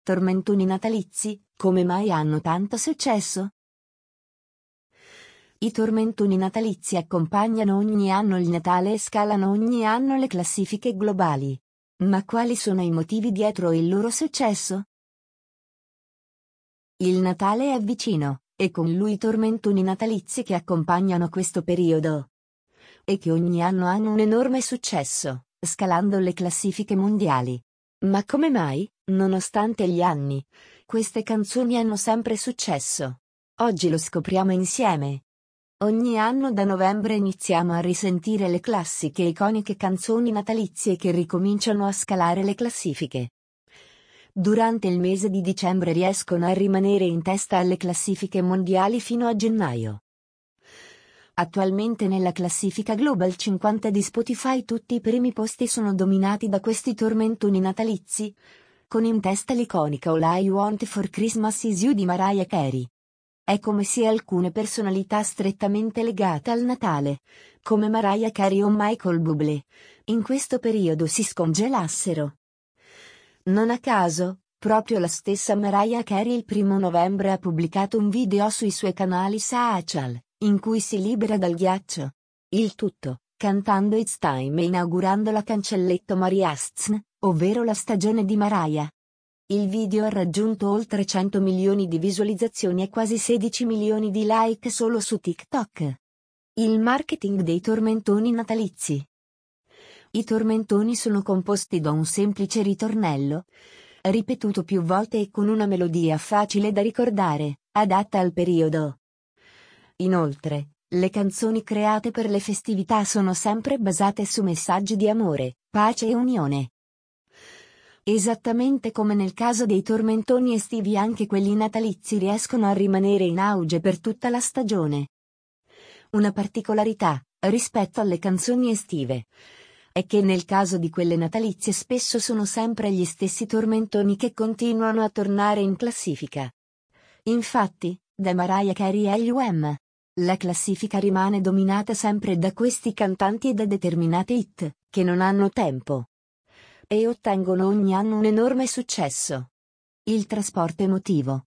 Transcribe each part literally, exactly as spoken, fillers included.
tormentoni natalizi, come mai hanno tanto successo? I tormentoni natalizi accompagnano ogni anno il Natale e scalano ogni anno le classifiche globali. Ma quali sono i motivi dietro il loro successo? Il Natale è vicino, e con lui i tormentoni natalizi che accompagnano questo periodo. E che ogni anno hanno un enorme successo, scalando le classifiche mondiali. Ma come mai, nonostante gli anni, queste canzoni hanno sempre successo? Oggi lo scopriamo insieme. Ogni anno da novembre iniziamo a risentire le classiche e iconiche canzoni natalizie che ricominciano a scalare le classifiche. Durante il mese di dicembre riescono a rimanere in testa alle classifiche mondiali fino a gennaio. Attualmente nella classifica Global cinquanta di Spotify tutti i primi posti sono dominati da questi tormentoni natalizi, con in testa l'iconica All I Want for Christmas Is You di Mariah Carey. È come se alcune personalità strettamente legate al Natale, come Mariah Carey o Michael Bublé, in questo periodo si scongelassero. Non a caso, proprio la stessa Mariah Carey il primo novembre ha pubblicato un video sui suoi canali social, in cui si libera dal ghiaccio. Il tutto, cantando It's Time e inaugurando la cancelletto Mariastn, ovvero la stagione di Mariah. Il video ha raggiunto oltre cento milioni di visualizzazioni e quasi sedici milioni di like solo su TikTok. Il marketing dei tormentoni natalizi. I tormentoni sono composti da un semplice ritornello, ripetuto più volte e con una melodia facile da ricordare, adatta al periodo. Inoltre, le canzoni create per le festività sono sempre basate su messaggi di amore, pace e unione. Esattamente come nel caso dei tormentoni estivi, anche quelli natalizi riescono a rimanere in auge per tutta la stagione. Una particolarità, rispetto alle canzoni estive, è che nel caso di quelle natalizie spesso sono sempre gli stessi tormentoni che continuano a tornare in classifica. Infatti, da Mariah Carey agli U M, la classifica rimane dominata sempre da questi cantanti e da determinate hit, che non hanno tempo. E ottengono ogni anno un enorme successo. Il trasporto emotivo.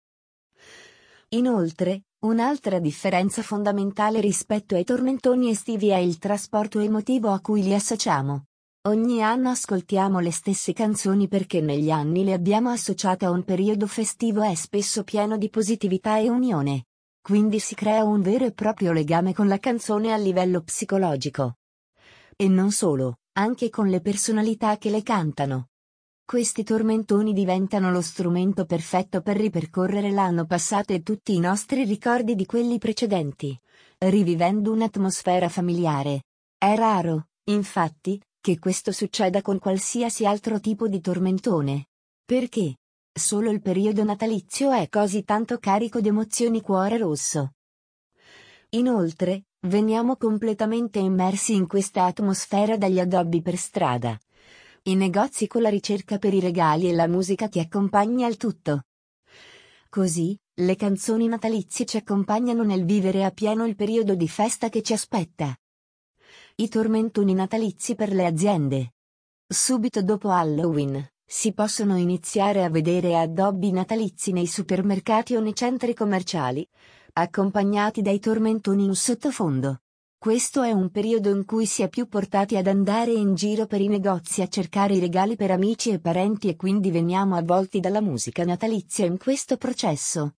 Inoltre, un'altra differenza fondamentale rispetto ai tormentoni estivi è il trasporto emotivo a cui li associamo. Ogni anno ascoltiamo le stesse canzoni perché negli anni le abbiamo associate a un periodo festivo e spesso pieno di positività e unione. Quindi si crea un vero e proprio legame con la canzone a livello psicologico. E non solo, anche con le personalità che le cantano. Questi tormentoni diventano lo strumento perfetto per ripercorrere l'anno passato e tutti i nostri ricordi di quelli precedenti, rivivendo un'atmosfera familiare. È raro, infatti, che questo succeda con qualsiasi altro tipo di tormentone. Perché? Solo il periodo natalizio è così tanto carico di emozioni cuore rosso. Inoltre, veniamo completamente immersi in questa atmosfera dagli addobbi per strada, i negozi con la ricerca per i regali e la musica che accompagna il tutto. Così, le canzoni natalizie ci accompagnano nel vivere a pieno il periodo di festa che ci aspetta. I tormentoni natalizi per le aziende. Subito dopo Halloween, si possono iniziare a vedere addobbi natalizi nei supermercati o nei centri commerciali, accompagnati dai tormentoni in sottofondo. Questo è un periodo in cui si è più portati ad andare in giro per i negozi a cercare i regali per amici e parenti e quindi veniamo avvolti dalla musica natalizia in questo processo.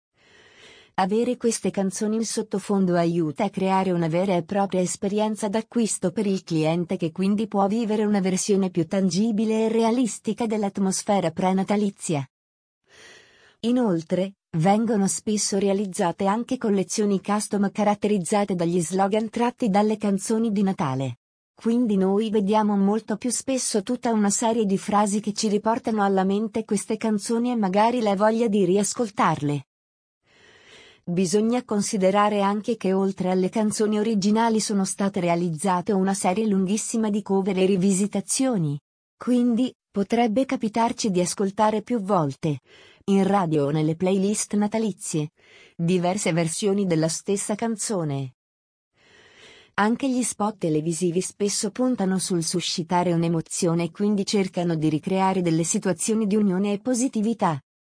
Avere queste canzoni in sottofondo aiuta a creare una vera e propria esperienza d'acquisto per il cliente, che quindi può vivere una versione più tangibile e realistica dell'atmosfera prenatalizia. Inoltre, vengono spesso realizzate anche collezioni custom caratterizzate dagli slogan tratti dalle canzoni di Natale. Quindi noi vediamo molto più spesso tutta una serie di frasi che ci riportano alla mente queste canzoni e magari la voglia di riascoltarle. Bisogna considerare anche che oltre alle canzoni originali sono state realizzate una serie lunghissima di cover e rivisitazioni. Quindi, potrebbe capitarci di ascoltare più volte, in radio o nelle playlist natalizie, diverse versioni della stessa canzone. Anche gli spot televisivi spesso puntano sul suscitare un'emozione e quindi cercano di ricreare delle situazioni di unione e positività,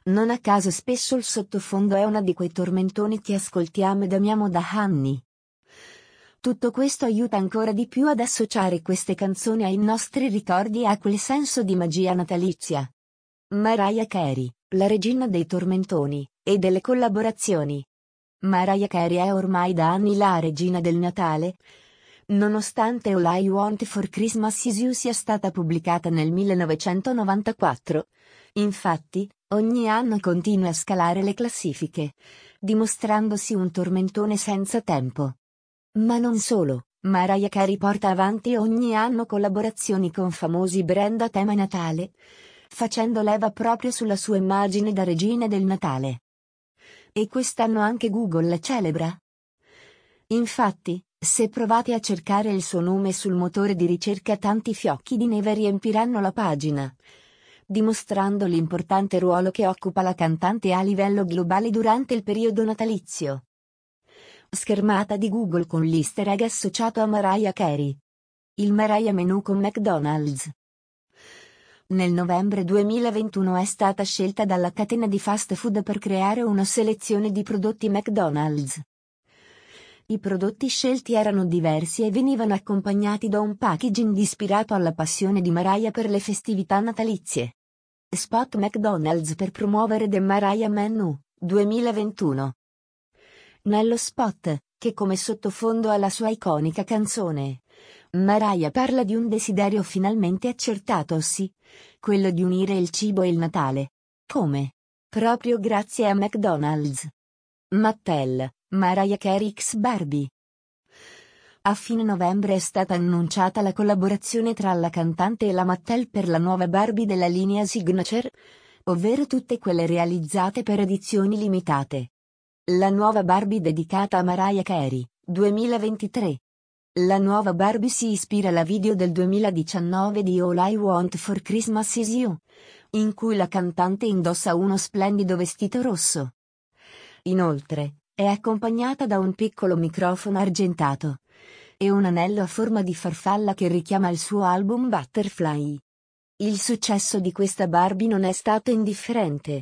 Non a caso spesso il sottofondo è uno di quei tormentoni che ascoltiamo ed amiamo da anni. Tutto questo aiuta ancora di più ad associare queste canzoni ai nostri ricordi e a quel senso di magia natalizia. Mariah Carey, la regina dei tormentoni e delle collaborazioni. Mariah Carey è ormai da anni la regina del Natale. Nonostante All I Want for Christmas Is You sia stata pubblicata nel millenovecentonovantaquattro, infatti, ogni anno continua a scalare le classifiche, dimostrandosi un tormentone senza tempo. Ma non solo, Mariah Carey porta avanti ogni anno collaborazioni con famosi brand a tema Natale, facendo leva proprio sulla sua immagine da regina del Natale. E quest'anno anche Google la celebra. Infatti, se provate a cercare il suo nome sul motore di ricerca, tanti fiocchi di neve riempiranno la pagina, dimostrando l'importante ruolo che occupa la cantante a livello globale durante il periodo natalizio. Schermata di Google con l'easter egg associato a Mariah Carey. Il Mariah Menu con McDonald's. Nel novembre duemilaventuno è stata scelta dalla catena di fast food per creare una selezione di prodotti McDonald's. I prodotti scelti erano diversi e venivano accompagnati da un packaging ispirato alla passione di Mariah per le festività natalizie. Spot McDonald's per promuovere The Mariah Menu, duemilaventuno. Nello spot, che come sottofondo ha la sua iconica canzone, Mariah parla di un desiderio finalmente accertatosi, quello di unire il cibo e il Natale. Come? Proprio grazie a McDonald's. Mattel, Mariah Carey x Barbie. A fine novembre è stata annunciata la collaborazione tra la cantante e la Mattel per la nuova Barbie della linea Signature, ovvero tutte quelle realizzate per edizioni limitate. La nuova Barbie dedicata a Mariah Carey, duemilaventitré. La nuova Barbie si ispira alla video del duemiladiciannove di All I Want for Christmas Is You, in cui la cantante indossa uno splendido vestito rosso. Inoltre, è accompagnata da un piccolo microfono argentato e un anello a forma di farfalla che richiama il suo album Butterfly. Il successo di questa Barbie non è stato indifferente.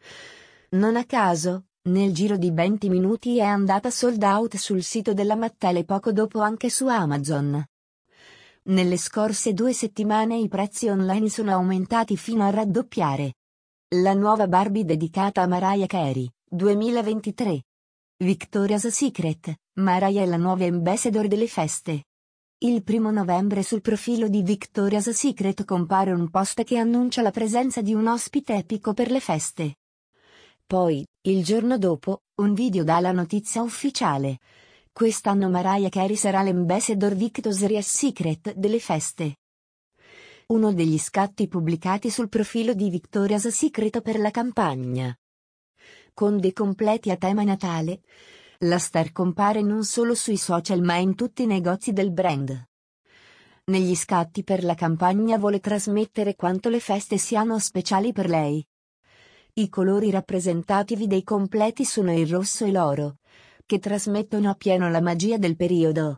Non a caso, nel giro di venti minuti è andata sold out sul sito della Mattel e poco dopo anche su Amazon. Nelle scorse due settimane i prezzi online sono aumentati fino a raddoppiare. La nuova Barbie dedicata a Mariah Carey, duemilaventitré. Victoria's Secret, Mariah è la nuova ambassador delle feste. Il primo novembre sul profilo di Victoria's Secret compare un post che annuncia la presenza di un ospite epico per le feste. Poi, il giorno dopo, un video dà la notizia ufficiale. Quest'anno Mariah Carey sarà l'ambassador Victoria's Secret delle feste. Uno degli scatti pubblicati sul profilo di Victoria's Secret per la campagna. Con dei completi a tema Natale, la star compare non solo sui social ma in tutti i negozi del brand. Negli scatti per la campagna vuole trasmettere quanto le feste siano speciali per lei. I colori rappresentativi dei completi sono il rosso e l'oro, che trasmettono appieno la magia del periodo.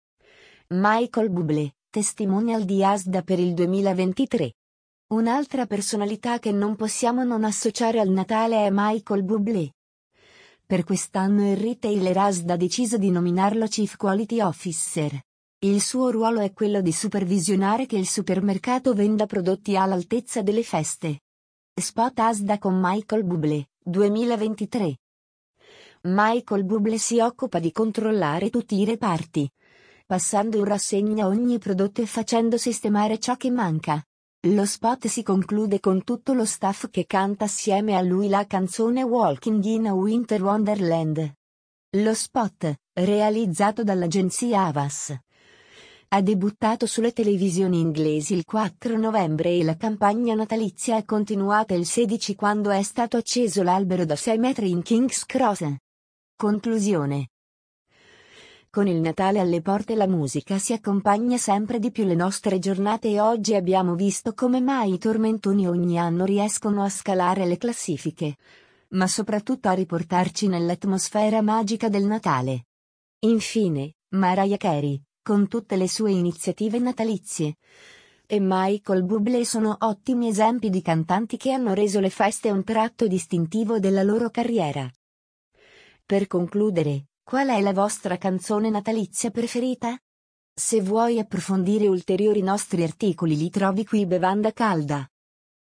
Michael Bublé, testimonial di Asda per il duemilaventitré. Un'altra personalità che non possiamo non associare al Natale è Michael Bublé. Per quest'anno il retailer Asda ha deciso di nominarlo Chief Quality Officer. Il suo ruolo è quello di supervisionare che il supermercato venda prodotti all'altezza delle feste. Spot Asda con Michael Bublé, duemilaventitré. Michael Bublé si occupa di controllare tutti i reparti, passando in rassegna ogni prodotto e facendo sistemare ciò che manca. Lo spot si conclude con tutto lo staff che canta assieme a lui la canzone Walking in a Winter Wonderland. Lo spot, realizzato dall'agenzia Havas, ha debuttato sulle televisioni inglesi il quattro novembre e la campagna natalizia è continuata il sedici quando è stato acceso l'albero da sei metri in King's Cross. Conclusione. Con il Natale alle porte la musica si accompagna sempre di più le nostre giornate e oggi abbiamo visto come mai i tormentoni ogni anno riescono a scalare le classifiche, ma soprattutto a riportarci nell'atmosfera magica del Natale. Infine, Mariah Carey, con tutte le sue iniziative natalizie, e Michael Bublé sono ottimi esempi di cantanti che hanno reso le feste un tratto distintivo della loro carriera. Per concludere, qual è la vostra canzone natalizia preferita? Se vuoi approfondire ulteriori nostri articoli li trovi qui Bevanda Calda.